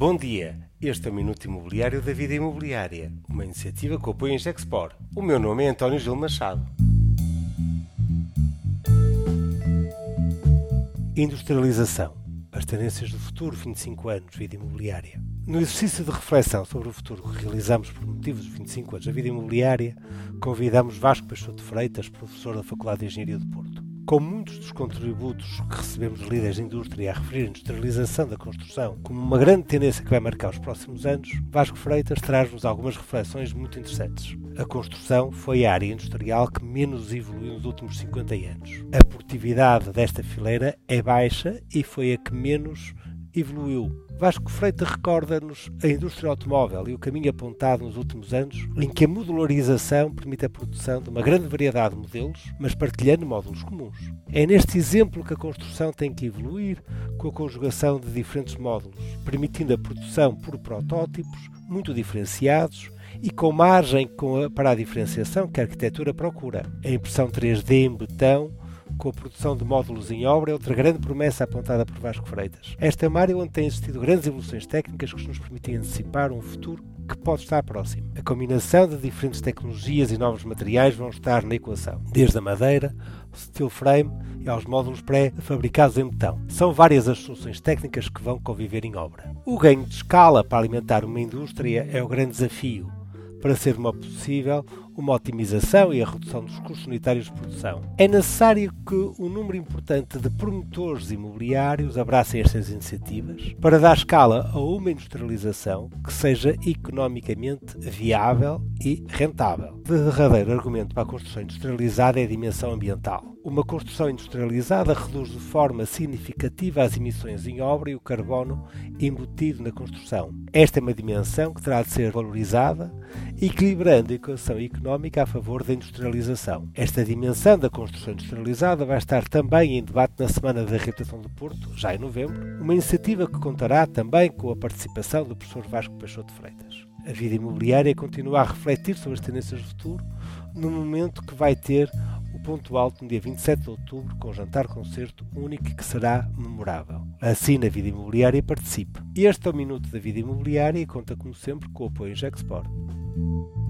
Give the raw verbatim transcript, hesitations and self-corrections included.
Bom dia, este é o Minuto Imobiliário da Vida Imobiliária, uma iniciativa que apoia a Gexpor. O meu nome é António Gil Machado. Industrialização. As tendências do futuro, vinte e cinco anos, Vida Imobiliária. No exercício de reflexão sobre o futuro que realizamos por motivos dos vinte e cinco anos da Vida Imobiliária, convidamos Vasco Peixoto de Freitas, professor da Faculdade de Engenharia do Porto. Como muitos dos contributos que recebemos de líderes da indústria a referir a industrialização da construção como uma grande tendência que vai marcar os próximos anos, Vasco Freitas traz-nos algumas reflexões muito interessantes. A construção foi a área industrial que menos evoluiu nos últimos cinquenta anos. A produtividade desta fileira é baixa e foi a que menos evoluiu. Vasco Freitas recorda-nos a indústria automóvel e o caminho apontado nos últimos anos, em que a modularização permite a produção de uma grande variedade de modelos, mas partilhando módulos comuns. É neste exemplo que a construção tem que evoluir, com a conjugação de diferentes módulos, permitindo a produção por protótipos muito diferenciados e com margem para a diferenciação que a arquitetura procura. A impressão três D em betão, com a produção de módulos em obra, é outra grande promessa apontada por Vasco Freitas. Esta é uma área onde têm existido grandes evoluções técnicas que nos permitem antecipar um futuro que pode estar próximo. A combinação de diferentes tecnologias e novos materiais vão estar na equação, desde a madeira, o steel frame e aos módulos pré-fabricados em betão. São várias as soluções técnicas que vão conviver em obra. O ganho de escala para alimentar uma indústria é o grande desafio, para ser uma possível uma otimização e a redução dos custos unitários de produção. É necessário que um número importante de promotores imobiliários abracem estas iniciativas para dar escala a uma industrialização que seja economicamente viável e rentável. O derradeiro argumento para a construção industrializada é a dimensão ambiental. Uma construção industrializada reduz de forma significativa as emissões em obra e o carbono embutido na construção. Esta é uma dimensão que terá de ser valorizada, equilibrando a equação económica a favor da industrialização. Esta dimensão da construção industrializada vai estar também em debate na Semana da Reabilitação do Porto, já em novembro, uma iniciativa que contará também com a participação do professor Vasco Peixoto de Freitas. A Vida Imobiliária continua a refletir sobre as tendências do futuro, no momento que vai ter o ponto alto no dia vinte e sete de outubro, com um jantar-concerto único que será memorável. Assine a Vida Imobiliária e participe. Este é o Minuto da Vida Imobiliária e conta, como sempre, com o apoio em Gexpor.